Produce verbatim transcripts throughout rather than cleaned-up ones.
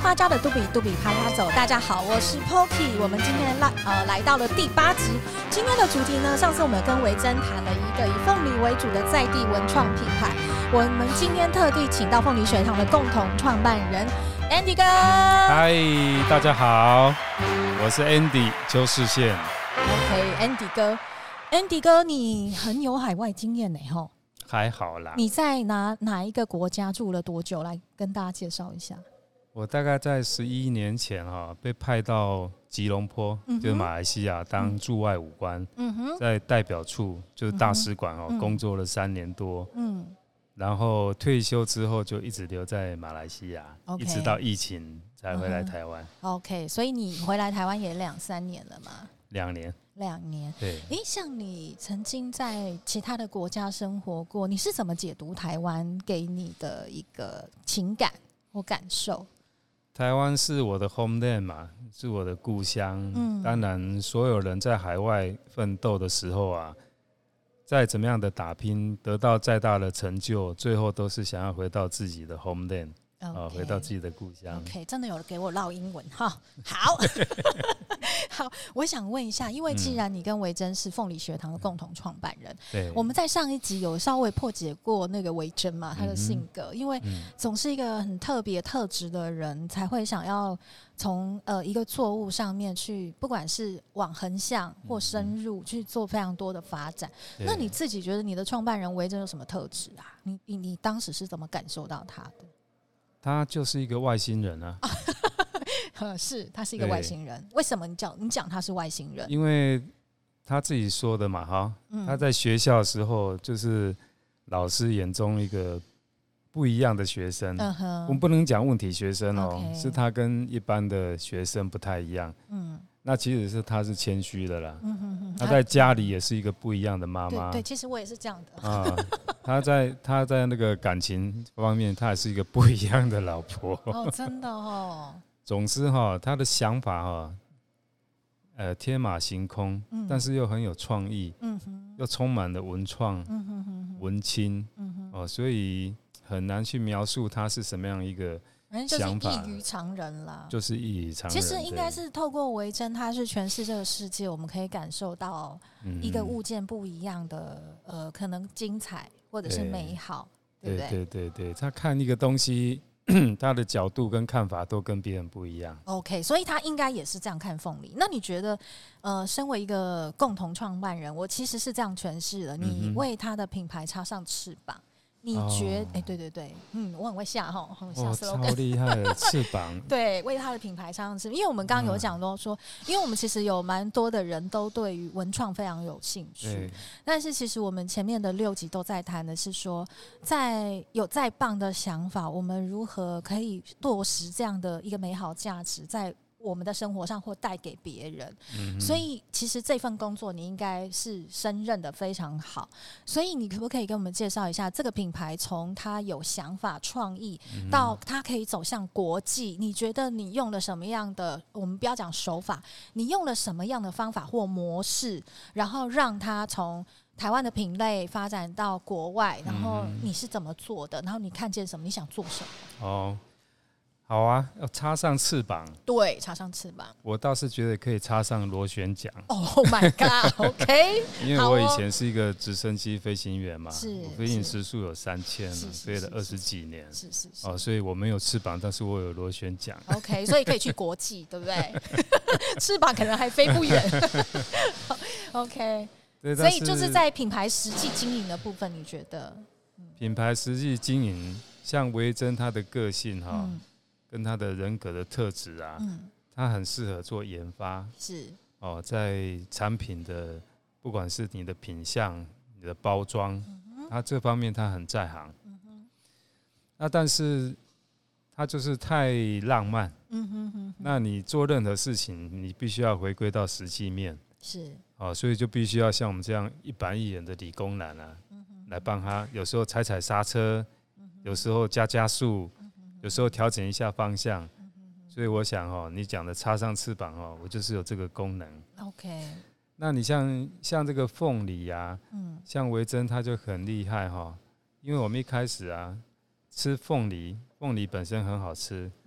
花椒的杜比杜比趴趴走，大家好，我是 Poki。我们今天来呃来到了第八集，今天的主题呢，上次我们跟维珍谈了一个以凤梨为主的在地文创品牌，我们今天特地请到凤梨学堂的共同创办人 Andy 哥。 嗨，大家好，我是 Andy 邱世宪。 OK，Andy 哥 ，Andy 哥，你很有海外经验呢，吼。 还好啦。 你在哪哪一个国家住了多久？来跟大家介绍一下。 我大概在十一年前哈、哦，被派到吉隆坡，嗯、就是马来西亚当驻外武官，嗯、在代表处就是大使馆哦、嗯，工作了三年多，嗯，然后退休之后就一直留在马来西亚， okay, 一直到疫情才回来台湾。 嗯、OK， 所以你回来台湾也两三年了嘛？ 两年。 两年， 对。 哎，像你曾经在其他的国家生活过，你是怎么解读台湾给你的一个情感或感受？ 台湾是我的 homeland 嘛，是我的故乡。嗯，当然，所有人在海外奋斗的时候啊，再怎么样的打拼，得到再大的成就，最后都是想要回到自己的 homeland， okay, 啊，回到自己的故乡。 OK， 真的有给我烙英文哈。好。好，我想问一下，因为既然你跟维珍是凤梨学堂的共同创办人， 对， 我们在上一集有稍微破解过那个维珍嘛，他的性格，嗯、因为总是一个很特别特质的人，才会想要从呃一个作物上面去，不管是往横向或深入、嗯、去做非常多的发展。那你自己觉得你的创办人维珍有什么特质啊？你你你当时是怎么感受到他的？ 他就是一个外星人啊。 是，他是一个外星人。为什么你讲你讲他是外星人？ 因为他自己说的嘛，哈、嗯，他在学校的时候就是老师眼中一个不一样的学生。嗯、我们不能讲问题学生哦， okay, 是他跟一般的学生不太一样。嗯，那其实是他是谦虚的啦。嗯哼哼，他在家里也是一个不一样的妈妈。 对, 对，其实我也是这样的。 啊，他在他在那个感情方面，他也是一个不一样的老婆。 哦，真的哦。 总之哈，他的想法哈，呃，天马行空、嗯，但是又很有创意，嗯、又充满了文创、嗯、哼哼文青、嗯哦，所以很难去描述他是什么样一个想法， 就是异于常人啦， 就是异于常人。 其实应该是透过维珍，他是诠释这个世界，我们可以感受到一个物件不一样的，呃，可能精彩或者是美好， 对, 对不对？ 对对对，他看一个东西。他的角度跟看法都跟别人不一样。 OK， 所以他应该也是这样看凤梨。那你觉得，呃，身为一个共同创办人，我其实是这样诠释的：你为他的品牌插上翅膀。你觉得，哎、哦欸，对对对，嗯，我很会下哈，很下 slogan， 超厉害的翅膀。 对，为他的品牌插上翅膀，因为我们刚刚有讲到说、嗯，因为我们其实有蛮多的人都对于文创非常有兴趣，但是其实我们前面的六集都在谈的是说，在有再棒的想法，我们如何可以落实这样的一个美好价值在我们的生活上或带给别人、嗯、所以其实这份工作你应该是胜任的非常好，所以你可不可以跟我们介绍一下这个品牌从它有想法创意到它可以走向国际、嗯、你觉得你用了什么样的，我们不要讲手法，你用了什么样的方法或模式，然后让它从台湾的品类发展到国外，然后你是怎么做的，然后你看见什么，你想做什么？ 哦，好啊，要插上翅膀。 对，插上翅膀。我倒是觉得可以插上螺旋桨。 Oh my god， OK 因为我以前是一个直升机飞行员嘛， 是我飞行时速有三千，飞了二十几年， 是是是哦，所以我没有翅膀，但是我有螺旋桨。 OK， 所以可以去国际，对不对？翅膀可能还飞不远。OK， 所以就是在品牌实际经营的部分，你觉得？ 品牌实际经营，像维珍他的个性哈。嗯，跟他的人格的特质啊、嗯，他很适合做研发， 是哦，在产品的不管是你的品相、你的包装、嗯，他这方面他很在行。嗯、那但是他就是太浪漫，嗯、哼哼哼那你做任何事情，你必须要回归到实际面， 是哦，所以就必须要像我们这样一板一眼的理工男啊，嗯、来帮他，有时候踩踩刹车，有时候加加速。有时候调整一下方向，所以我想哦，你讲的插上翅膀哦，我就是有这个功能。 OK， 那你像像这个凤梨啊，嗯，像维珍它就很厉害哈、哦，因为我们一开始啊吃凤梨，凤梨本身很好吃，嗯，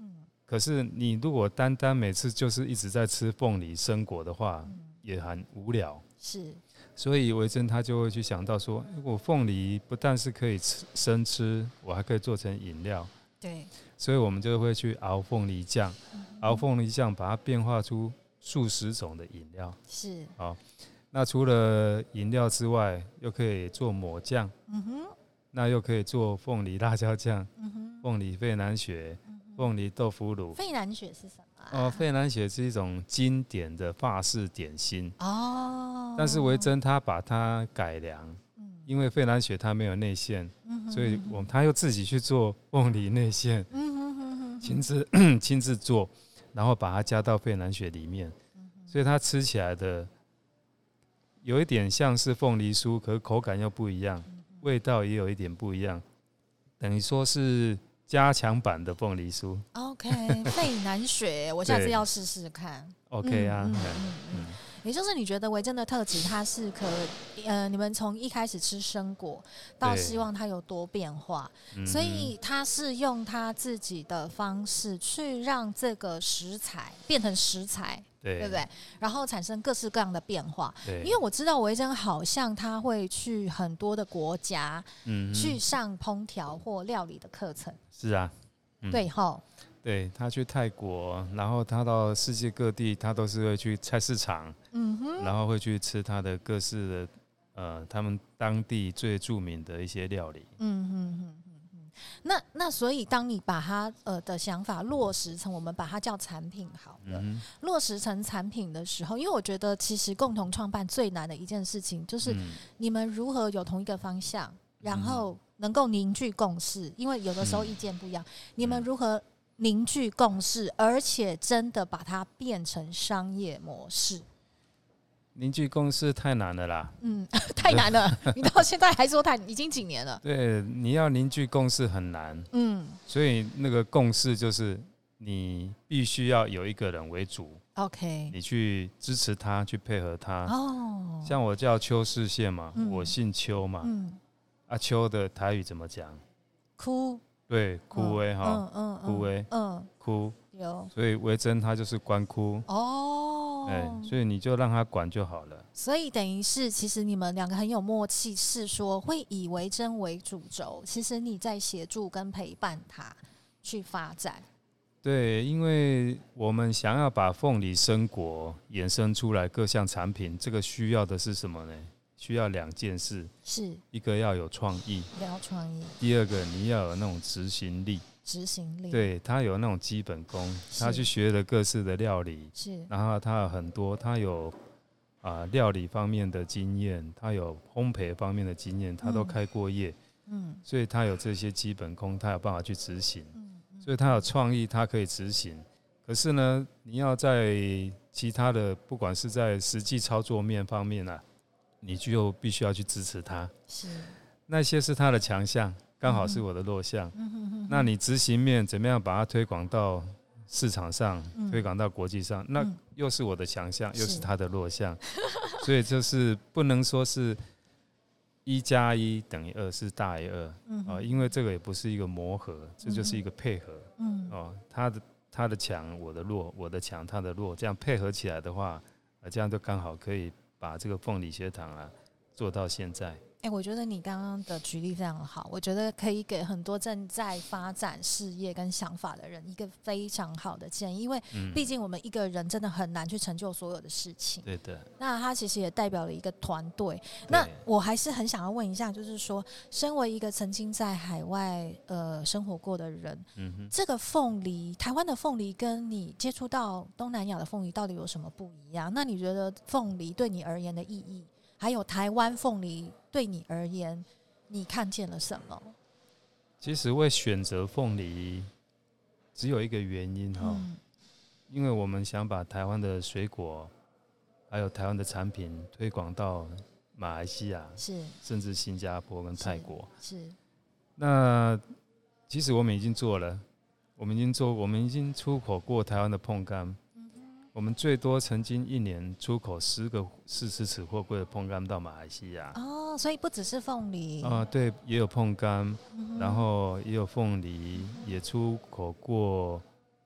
可是你如果单单每次就是一直在吃凤梨生果的话，嗯、也很无聊。 是， 所以维珍他就会去想到说，如果凤梨不但是可以吃生吃，我还可以做成饮料。 对， 所以我们就会去熬凤梨酱，嗯、熬凤梨酱把它变化出数十种的饮料。 是， 好，那除了饮料之外，又可以做抹酱。嗯哼。那又可以做凤梨辣椒酱、嗯、凤梨费南雪、嗯、凤梨豆腐乳。 费南雪是什么、啊？ 哦，费南雪是一种经典的法式点心哦。但是维珍他把它改良，嗯、因为费南雪它没有内馅，嗯、所以我他又自己去做凤梨内馅，嗯、亲自亲自做，然后把它加到费南雪里面，嗯、所以它吃起来的有一点像是凤梨酥，可是口感又不一样。味道也有一点不一样，等于说是加强版的凤梨酥。 OK， 费南雪，我下次要试试看。 OK 啊，嗯嗯嗯，也就是你觉得维珍的特质，它是可呃，你们从一开始吃生果，到希望它有多变化，所以它是用他自己的方式去让这个食材变成食材。对, 对不对？然后产生各式各样的变化。因为我知道维珍好像他会去很多的国家，嗯、去上烹调或料理的课程。 是啊， 嗯、对齁。 对，他去泰国，然后他到世界各地，他都是会去菜市场，嗯哼，然后会去吃他的各式的呃，他们当地最著名的一些料理。嗯哼哼。 那那所以，当你把它呃的想法落实成，我们把它叫产品好了，嗯、落实成产品的时候，因为我觉得其实共同创办最难的一件事情，就是你们如何有同一个方向，然后能够凝聚共识。因为有的时候意见不一样，嗯、你们如何凝聚共识，而且真的把它变成商业模式？ 凝聚共识太难了啦， 嗯，太难了。你到现在还说太，已经几年了。 对，你要凝聚共识很难，嗯，所以那个共识就是你必须要有一个人为主 ，OK， 你去支持他，去配合他。哦，像我叫邱世宪嘛，嗯、我姓邱嘛，嗯，啊，邱的台语怎么讲？ 哭， 对，哭诶哈，嗯嗯，哭诶，嗯，哭，有，所以维珍他就是关哭哦。哎，所以你就让他管就好了。 所以等于是，其实你们两个很有默契，是说会以维珍为主轴，其实你在协助跟陪伴他去发展。 对，因为我们想要把凤梨生果衍生出来各项产品，这个需要的是什么呢？需要两件事， 是一个要有创意， 要创意； 第二个你要有那种执行力。 执行力， 对，他有那种基本功，他去学了各式的料理，是，然后他有很多，他有啊、呃、料理方面的经验，他有烘焙方面的经验，他都开过业，嗯，所以他有这些基本功，他有办法去执行，嗯，所以他有创意，他可以执行。可是呢，你要在其他的，不管是在实际操作面方面啊，你就必须要去支持他，是，那些是他的强项。刚好是我的弱项，嗯、那你执行面怎么样把它推广到市场上，嗯、推广到国际上，那又是我的强项，嗯、又是他的弱项，所以就是不能说是一加一等于二，是大于二，嗯呃、因为这个也不是一个磨合，这就是一个配合，嗯哦、他的他的强，我的弱，我的强，他的弱，这样配合起来的话，呃、这样就刚好可以把这个凤梨学堂啊做到现在。 哎、欸，我觉得你刚刚的举例非常好，我觉得可以给很多正在发展事业跟想法的人一个非常好的建议，因为毕竟我们一个人真的很难去成就所有的事情。 对的。 那他其实也代表了一个团队。那我还是很想要问一下，就是说，身为一个曾经在海外呃生活过的人，嗯哼，这个凤梨，台湾的凤梨跟你接触到东南亚的凤梨到底有什么不一样？那你觉得凤梨对你而言的意义？还有台湾凤梨对你而言，你看见了什么？ 其实会选择凤梨，只有一个原因哈、嗯，因为我们想把台湾的水果，还有台湾的产品推广到马来西亚，是，甚至新加坡跟泰国。是。是那其实我们已经做了，我们已经做，我们已经出口过台湾的椪柑。我们最多曾经一年出口十个四十尺货柜的椪柑到马来西亚。 哦，所以不只是凤梨啊、呃，对，也有椪柑、嗯，然后也有凤梨，也出口过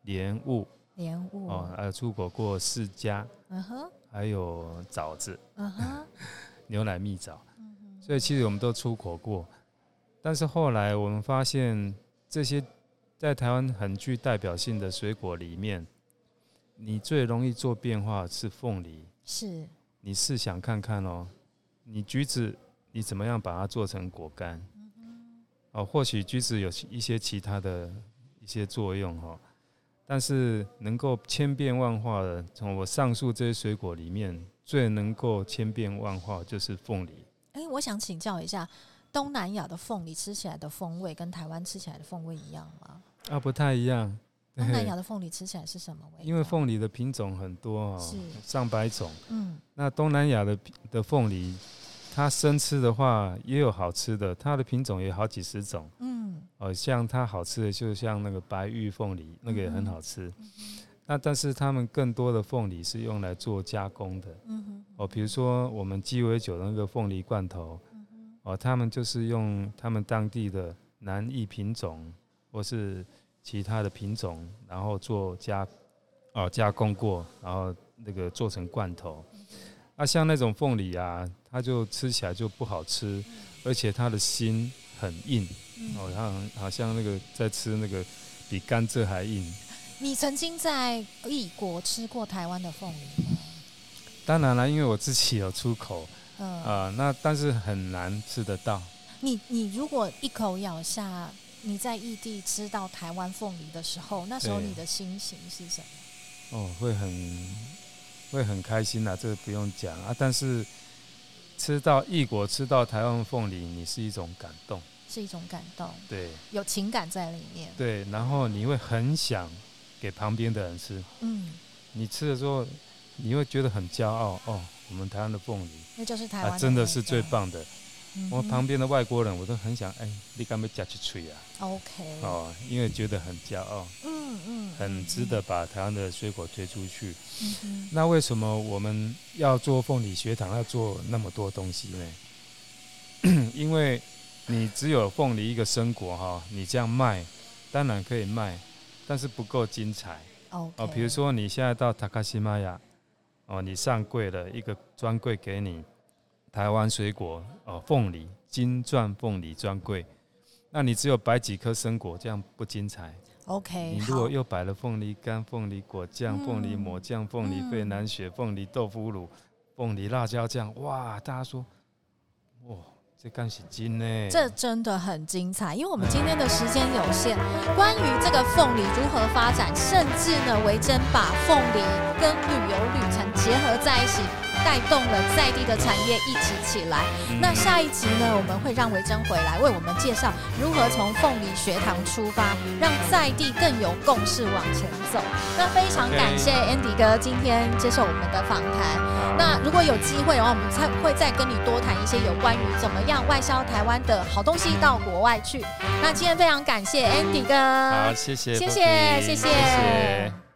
莲雾， 莲雾哦， 还有出口过释迦， 嗯哼， 还有枣子， 嗯哼， 牛奶蜜枣，嗯哼，所以其实我们都出口过。但是后来我们发现，这些在台湾很具代表性的水果里面，你最容易做变化是凤梨。 是， 你试想看看哦，你橘子你怎么样把它做成果干？嗯哼，哦，或许橘子有一些其他的一些作用哈，但是能够千变万化的，从我上述这些水果里面，最能够千变万化就是凤梨。 哎、欸，我想请教一下，东南亚的凤梨吃起来的风味跟台湾吃起来的风味一样吗？ 啊，不太一样。 东南亚的凤梨吃起来是什么味道？ 因为凤梨的品种很多哦，上百种。嗯，那东南亚的的凤梨，它生吃的话也有好吃的，它的品种也有好几十种。嗯，哦，像它好吃的，就像那个白玉凤梨，那个也很好吃。嗯嗯，那但是他们更多的凤梨是用来做加工的。嗯哼，哦，比如说我们鸡尾酒的那个凤梨罐头，哦，他们就是用他们当地的南异品种或是其他的品种，然后做加哦加工过，然后那个做成罐头。那、啊、像那种凤梨啊，它就吃起来就不好吃，而且它的心很硬，哦，它好像那个在吃那个比甘蔗还硬。 你曾经在异国吃过台湾的凤梨吗？ 当然了，因为我自己有出口，嗯、呃，那但是很难吃得到。 你你如果一口咬下。你在异地吃到台湾凤梨的时候，那时候你的心情是什么？ 哦，会很会很开心啦，这个不用讲啊。但是吃到异国吃到台湾凤梨，你是一种感动， 是一种感动， 对， 有情感在里面。 对，然后你会很想给旁边的人吃。嗯，你吃的时候，你会觉得很骄傲哦，我们台湾的凤梨， 那就是台湾的、 啊，真的是最棒的。嗯、我旁边的外国人，我都很想，哎，你敢不加去吹啊 ？OK， 哦，因为觉得很骄傲，嗯嗯，很值得把台湾的水果推出去。嗯、那为什么我们要做凤梨学堂，要做那么多东西呢？因为你只有凤梨一个生果哈，你这样卖，当然可以卖，但是不够精彩。 Okay. 哦，比如说你现在到塔卡西玛雅，哦，你上柜了一个专柜给你。台湾水果哦，凤梨金钻凤梨专柜，那你只有摆几颗生果，这样不精彩。 OK， 你如果又摆了凤梨干、凤梨果酱、凤、嗯、梨抹酱、凤梨费南雪、凤、嗯、梨豆腐乳、凤梨辣椒酱，哇！大家说，哇，这干是金呢？ 这真的很精彩，因为我们今天的时间有限，关于这个凤梨如何发展，甚至呢，维珍把凤梨跟旅游旅程结合在一起。带动了在地的产业一起起来。那下一集呢，我们会让维珍回来为我们介绍如何从凤梨学堂出发，让在地更有共识往前走。那非常感谢 Andy 哥今天接受我们的访谈。那如果有机会的话，我们才会再跟你多谈一些有关于怎么样外销台湾的好东西到国外去。那今天非常感谢 Andy 哥， 好，谢谢， 谢谢，谢谢。谢谢。